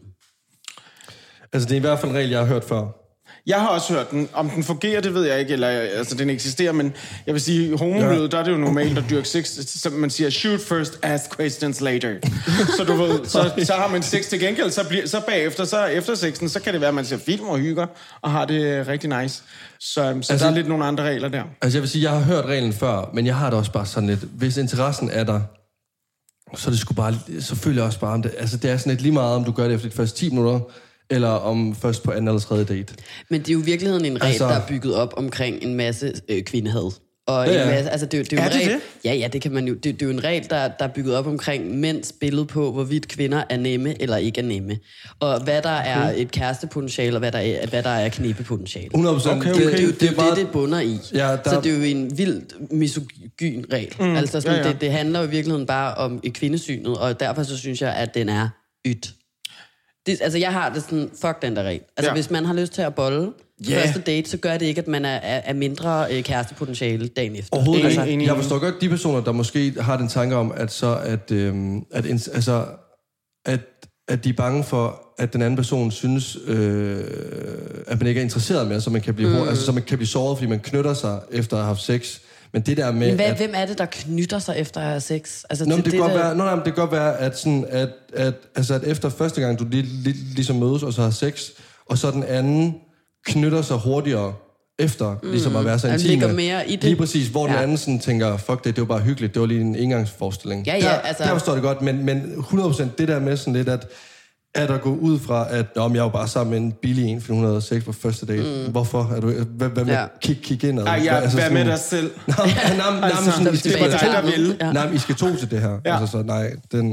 Altså, det er i hvert fald en regel, jeg har hørt før. Jeg har også hørt den. Om den fungerer, det ved jeg ikke, eller altså, den eksisterer, men jeg vil sige, homomødet, ja. der er det jo normalt at dyrke sex, så man siger, shoot first, ask questions later. Så du ved, så, så har man sex til gengæld, så, bliver, så bagefter, så efter sexen, så kan det være, at man ser film og hygger, og har det rigtig nice. Så, så altså, der er lidt nogle andre regler der. Altså, jeg vil sige, jeg har hørt reglen før, men jeg har det også bare sådan lidt, hvis interessen er der, så, det sgu bare, så føler jeg også bare om det. Altså, det er sådan lidt lige meget, om du gør det efter de første ti minutter, eller om først på anden eller tredje date. Men det er jo i virkeligheden en regel, altså, der er bygget op omkring en masse øh, kvindehad. Og ja, ja. En masse, altså det, det er, jo er en regel, det det? Ja, ja, det kan man jo. Det, det er jo en regel, der, der er bygget op omkring mænds billede på, hvorvidt kvinder er nemme eller ikke er nemme. Og hvad der er okay. et kærestepotentiale, og hvad der er, hvad der er knibepotentiale. hundrede procent. Okay, okay. Det, det, det, det er jo det, det bunder i. Ja, der... Så det er jo en vild misogyn regel. Mm, altså sådan, ja, ja. Det, det handler jo i virkeligheden bare om kvindesynet, og derfor så synes jeg, at den er ydt. Det, altså, jeg har det sådan, fuck den der regel. Altså, ja. Hvis man har lyst til at bolle yeah. første date, så gør det ikke, at man er, er, er mindre øh, kærestepotentiale dagen efter. Overhovedet altså, enig. Jeg forstår godt de personer, der måske har den tanke om, at så at, øhm, at, altså, at, at de er bange for, at den anden person synes, øh, at man ikke er interesseret mere, så man kan blive, mm. altså, så man kan blive såret, fordi man knytter sig efter at have haft sex. Men det der med... Men hvad, at, hvem er det, der knytter sig efter at have sex? Altså, nå, det, det, kan der... være, nå, nej, det kan godt være, at, sådan, at, at, altså, at efter første gang, du lige, lige, ligesom mødes og så har sex, og så den anden knytter sig hurtigere efter, mm. ligesom at være så intime. Ligger mere i det. Lige præcis, hvor ja. Den anden sådan tænker, fuck det, det var bare hyggeligt, det var lige en engangsforestilling. Ja, ja, der, altså... Der forstår det godt, men, men hundrede procent det der med sådan lidt, at at at gå ud fra, at jeg er jo bare sammen med en billig en, for hun havde sex på første date. Mm. Hvorfor? Er du, hvad, hvad med ja. kig, kig ind? Ej, ja, altså, hvad med dig selv? Nej, nej, nej, altså, sådan, I skal, det var dig, der ville. Nej, I skal to til det her. Ja. Altså, så nej, den...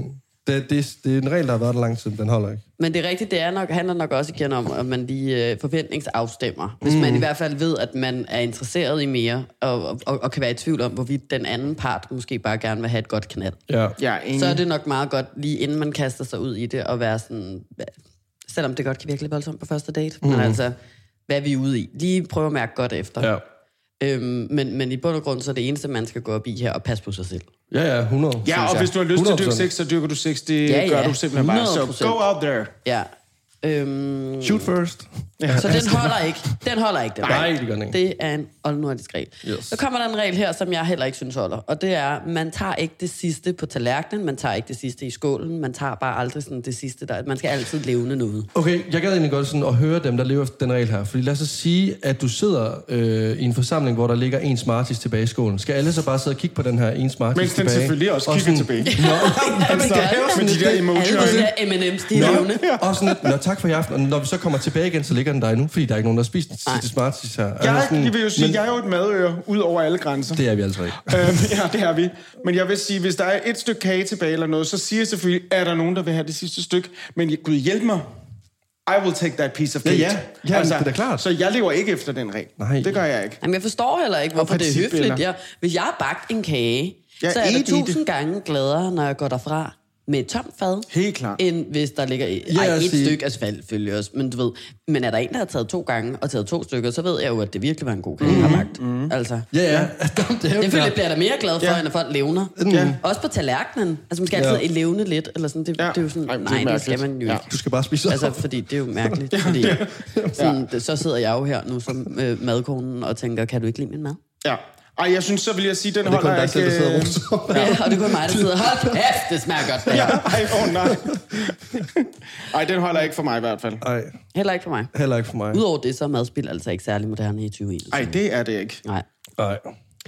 Det, det, det er en regel, der har været der lang tid, den holder ikke. Men det er rigtigt, det er nok, handler nok også igen om, at man lige øh, forventningsafstemmer. Hvis mm. man i hvert fald ved, at man er interesseret i mere, og, og, og kan være i tvivl om, hvorvidt den anden part måske bare gerne vil have et godt kanal. Ja. Ja, Så er det nok meget godt, lige inden man kaster sig ud i det, og være sådan, selvom det godt kan virke lidt voldsomt på første date, mm. men altså, hvad er vi ude i? Lige prøve at mærke godt efter. Ja. Øhm, men, men i bund og grund, så er det eneste, man skal gå op i her, og passe på sig selv. Ja, ja, hundrede. Ja, og jeg. hvis du har lyst hundrede til at dyrke procent. sex, så dyrker du sex. Det Ja, ja, gør du simpelthen bare. hundrede Så procent. go out there. Ja. Øhm, Shoot first. Ja. Så den holder ikke. Den holder ikke. Den. Nej, det gør den ikke. Det er en oldnordisk regel. Yes. Så kommer der en regel her, som jeg heller ikke synes holder. Og det er, man tager ikke det sidste på tallerkenen, man tager ikke det sidste i skålen, man tager bare aldrig sådan det sidste der. Man skal altid levne noget. Okay, jeg gad egentlig godt sådan at høre dem, der lever efter den regel her. Fordi lad os så sige, at du sidder øh, i en forsamling, hvor der ligger en Smarties tilbage i skålen. Skal alle så bare sidde og kigge på den her en Smarties Mens den tilbage? selvfølgelig også Og kigger sådan- tilbage. Nå, Altså, Med de der emoji. alle de der M and M's, de er levende. og sådan lidt, nå tak for i aften. Og når vi så kommer tilbage igen, så ligger den der endnu, fordi der er ikke nogen, der har spist den sidste Smarties her. Jeg, Altså sådan- jeg vil jo sige, men jeg er jo et madøre ud over alle grænser. det er vi altså ikke. øhm, ja, det er vi. Men jeg vil sige, hvis der er et stykke kage tilbage eller noget, så siger jeg selvfølgelig, er der nogen, der vil have det sidste stykke. Men Gud hjælp mig. I will take that piece of cake. Ja, ja. Ja, det er da klart. Så jeg lever ikke efter den regel. Nej. Det gør jeg ikke. Jamen, jeg forstår heller ikke, hvorfor det er principfælder. høfligt. Jeg, hvis jeg har bagt en kage, Ja, så er jeg eat it. tusind gange gladere, når jeg går derfra med et tomt fad, Helt klart. end hvis der ligger et, Ja, ej, et sige- stykke asfalt, selvfølgelig også. Men du ved, men er der en, der har taget to gange og taget to stykker, så ved jeg jo, at det virkelig var en god kage, jeg har bagt. Mm. Altså. Ja, ja. Det er jo Det føler jeg bliver der mere glad for, Ja. ja. end at folk levner. Ja. Også på tallerkenen. Altså, man skal altid Ja. ja. levne lidt, eller sådan. Det, Ja. det er jo sådan, Ej, nej, det er det, det skal mærkeligt. man jo Ja. ikke. Du skal bare spise Altså, fordi det er jo mærkeligt. Fordi, sådan, det, så sidder jeg jo her nu som øh, madkonen og tænker, kan du ikke lide min mad? Ja. Ej, jeg synes, så vil jeg sige, den Det er kun holder dig selv, der sidder og ikke... roser. Ja, og det er kun mig, der sidder, hold kæft, det smager godt. Det Ja, her. ej, åh oh, nej. Ej, den holder ikke for mig i hvert fald. Nej, Heller ikke for mig. heller ikke for mig. Udover det, så er madspil altså ikke særlig moderne i tyve enogtyve. Ej, det er det ikke. Nej. Nej.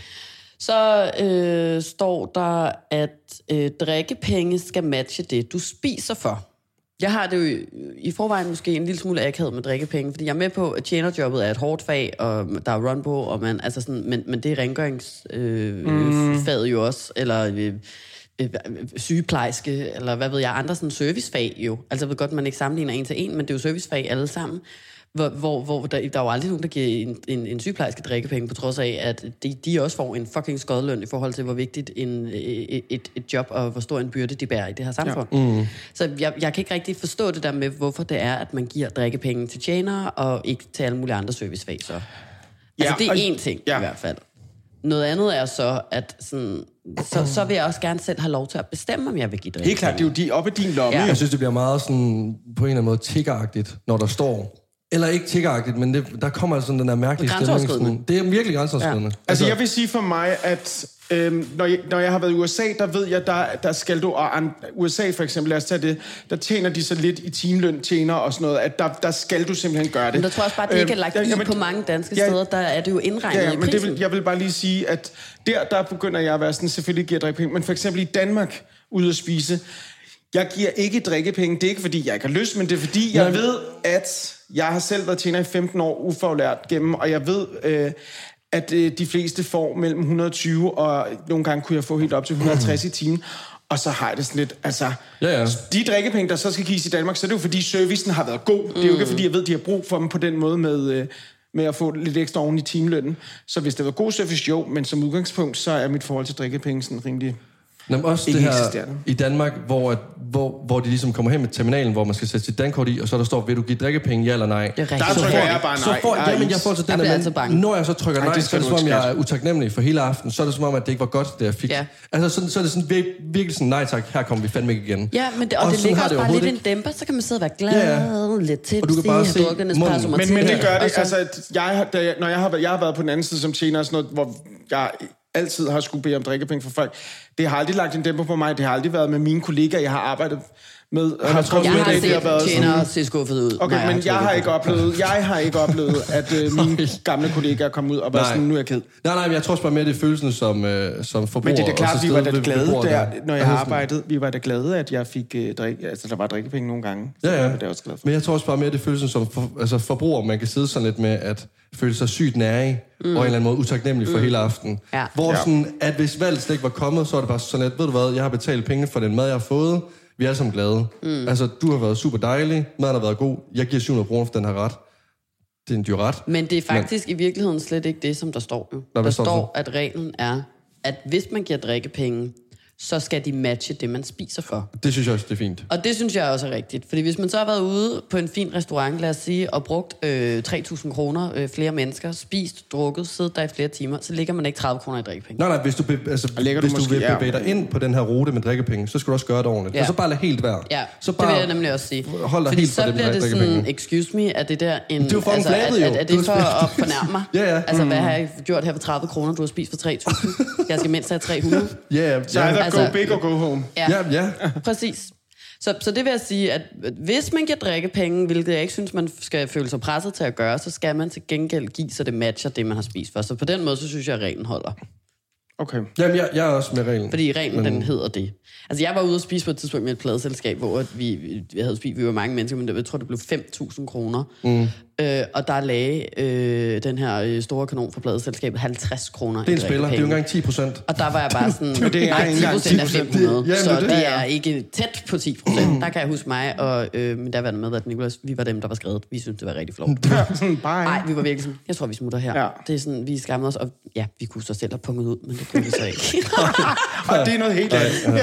Så øh, står der, at øh, drikkepenge skal matche det, du spiser for. Jeg har det jo i- i forvejen måske en lille smule akavet med drikkepenge, fordi jeg er med på, at tjenerjobbet er et hårdt fag, og der er run på, og man, altså sådan, men, men det er rengøringsfaget øh, mm. faget jo også, eller øh, øh, sygeplejerske, eller hvad ved jeg, andre sådan servicefag jo. Altså jeg ved godt, man ikke sammenligner en til en, men det er jo servicefag alle sammen. Hvor, hvor, hvor der, der er jo aldrig nogen, der giver en, en, en sygeplejerske drikkepenge, på trods af, at de, de også får en fucking skodløn i forhold til, hvor vigtigt en, et, et, et job og hvor stor en byrde de bærer i det her samfund. Ja. Mm. Så jeg, jeg kan ikke rigtig forstå det der med, hvorfor det er, at man giver drikkepenge til tjenere, og ikke til alle mulige andre servicefag. Så. Altså Ja, det er og- én ting ja. i hvert fald. Noget andet er så, at sådan, så, så vil jeg også gerne selv have lov til at bestemme, om jeg vil give drikkepenge. Helt klart, det er jo de op i din lomme. Ja. Ja. Jeg synes, det bliver meget sådan, på en eller anden måde tiggeragtigt, når der står. Eller ikke tiggeragtigt, men det, der kommer sådan den der mærkelige stemning. Grænseoverskridende. Sådan, det er virkelig grænseoverskridende. Ja. Altså, jeg vil sige for mig, at øhm, når, jeg, når jeg har været i U S A, der ved jeg, der, der skal du... Og an, U S A for eksempel, lad os tage det, der tjener de så lidt i timeløn, tjener og sådan noget, at der, der skal du simpelthen gøre det. Men der tror jeg også bare, at det ikke er lagt Øhm, i jamen, på mange danske ja, steder. Der er det jo indregnet Ja, ja, i men det prisen. vil, jeg vil bare lige sige, at der, der begynder jeg at være sådan, selvfølgelig giver jeg drikkepenge, men for eksempel i Danmark, ude at spise, jeg giver ikke drikkepenge, det er ikke fordi, jeg ikke har lyst, men det er fordi, jeg ved, at jeg har selv været tjener i femten år ufaglært gennem, og jeg ved, øh, at øh, de fleste får mellem et hundrede og tyve, og nogle gange kunne jeg få helt op til et hundrede og halvtreds i timen, og så har jeg det sådan lidt, altså, Ja, ja. de drikkepenge, der så skal gives i Danmark, så er det jo fordi servicen har været god. Det er jo ikke fordi, jeg ved, de har brug for dem på den måde med... Øh, med at få lidt ekstra oven i timelønnen. Så hvis det var god service, jo, men som udgangspunkt, så er mit forhold til drikkepenge sådan rimelig... Jamen også Ikke det her eksisterende. i Danmark, hvor, at, hvor, hvor de ligesom kommer hen med terminalen, hvor man skal sætte sit dankort i, og så der står, vil du give drikkepenge, ja eller nej? Det er rigtigt. Der Så trykker får jeg de- bare Så nej. får, Ej, jamen, jeg får så Jeg den bliver der, altid bange. men når jeg så trykker Ej, nej, det så skal er det du som om, ikke, jeg er utaknemmelig for hele aften. Så er det som om, at det ikke var godt, det jeg fik. Ja. Altså, sådan, så er det sådan vir- virkelig sådan, nej tak, her kommer vi fandme ikke igen. Ja, men det, og, og det sådan ligger har også det bare lidt overhovedet en dæmper, så kan man sidde og være glad, Ja, ja. lidt tipsy, Og du kan bare have se drukket en espresso munden. martini. Men, men det gør Og det, så- altså, at jeg, har- da jeg, når jeg har, været, jeg har været på den anden side som tjener og sådan noget, hvor jeg altid har skulle bede om drikkepenge for folk. Det har aldrig lagt en dæmper på mig. Det har aldrig været med mine kollegaer, jeg har arbejdet med. Og jeg tror, Jeg at har det har været set sådan- tjenere se skuffet ud. når Okay, men jeg har trykket ikke på. oplevet, jeg har ikke oplevet, at øh, mine gamle kollegaer kom ud og var Nej. sådan, nu er jeg ked. Nej, nej, men jeg tror også bare mere, det er følelsen som, øh, som forbruger. Men det er da og klart, så vi var da stedet ved- ved glade bordet der, når jeg har Altså sådan- arbejdet. Vi var da glade, at jeg fik øh, drik, altså der var drikkepenge nogle gange. Så Ja, ja. det var jeg også glad for. Men jeg tror også bare mere, det er følelsen som for, altså forbruger, man kan sidde sådan lidt med at føle sig sygt nærig, mm. og en eller anden måde utaknemmelig for mm. hele aftenen. Ja. Hvor Ja. sådan, at hvis valget slet ikke var kommet, så er det bare sådan lidt, ved du hvad, jeg har betalt penge for den mad, jeg har fået, Vi er alle sammen glade. Mm. Altså, du har været super dejlig, maden har været god, jeg giver syv hundrede kroner for den her ret. Det er en dyr ret. Men det er faktisk Men... i virkeligheden slet ikke det, som der står. Jo. Nå, der står, står, at reglen er, at hvis man giver drikkepenge, så skal de matche det, man spiser for. Det synes jeg også, det er fint. Og det synes jeg også er rigtigt. Fordi hvis man så har været ude på en fin restaurant, lad os sige, og brugt øh, tre tusind kroner, øh, flere mennesker, spist, drukket, siddet der i flere timer, så ligger man ikke tredive kroner i drikkepenge. Nej, nej, hvis du, be, altså, hvis du, måske, du vil bevæge dig ind på den her rute med drikkepenge, så skal du også gøre det ordentligt. Ja. Og så bare lade helt være. Ja, så bare det vil jeg nemlig også sige. Hold dig fordi helt så det bliver det sådan, excuse me, er det der en... Det er jo altså, flabet, er, jo. er, er det for at fornærme mig? Ja, ja. Altså, Mm. hvad har jeg gjort her for tredive kroner, du har spist for tre tusind? Jeg skal mindst have tre hundrede. Ja, ja. Så er der Altså- go big or go home. Ja, Ja, ja. præcis. Så, så det vil jeg sige, at hvis man giver drikkepenge, hvilket jeg ikke synes, man skal føle sig presset til at gøre, så skal man til gengæld give, så det matcher det, man har spist for. Så på den måde, så synes jeg, at reglen holder. Okay. Jamen, jeg, jeg er også med reglen. Fordi reglen, Men- den hedder det. Altså, jeg var ude og spise på et tidspunkt med et pladeselskab, hvor vi, vi havde spist, vi var mange mennesker, men det, jeg tror, det blev fem tusind kroner. Mm. Øh, og der lagde øh, den her øh, store kanon fra pladeselskabet halvtreds kroner. Det er en spiller, det er jo engang ti procent. Og der var jeg bare sådan, det er nej, ikke ti engang procent er ti fem procent. hundrede, Det- så jamen, det det er- er ikke tæt på ti procent. Der kan jeg huske mig og øh, min daværende medvært Nicolas, vi var dem, der var skrevet. Vi syntes, det var rigtig flot. Sådan bare Nej, vi var virkelig sådan, jeg tror, vi smutter her. Ja. Det er sådan, vi skammede os, og ja, vi kunne så selv have punget ud, men det kunne vi så ikke. Og det er noget helt andet. Ja.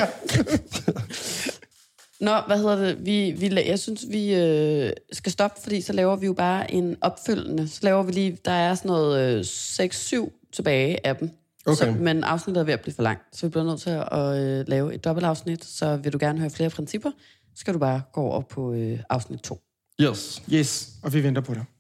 Nå, hvad hedder det? Vi, vi, la- jeg synes, vi øh, skal stoppe, fordi så laver vi jo bare en opfølgende. Så laver vi lige, der er sådan noget øh, seks syv tilbage af dem. Okay. Så, men afsnittet er ved at blive for langt, så vi bliver nødt til at øh, lave et dobbeltafsnit. Så vil du gerne høre flere principper, så skal du bare gå over på øh, afsnit to. Yes. Yes, og vi venter på dig.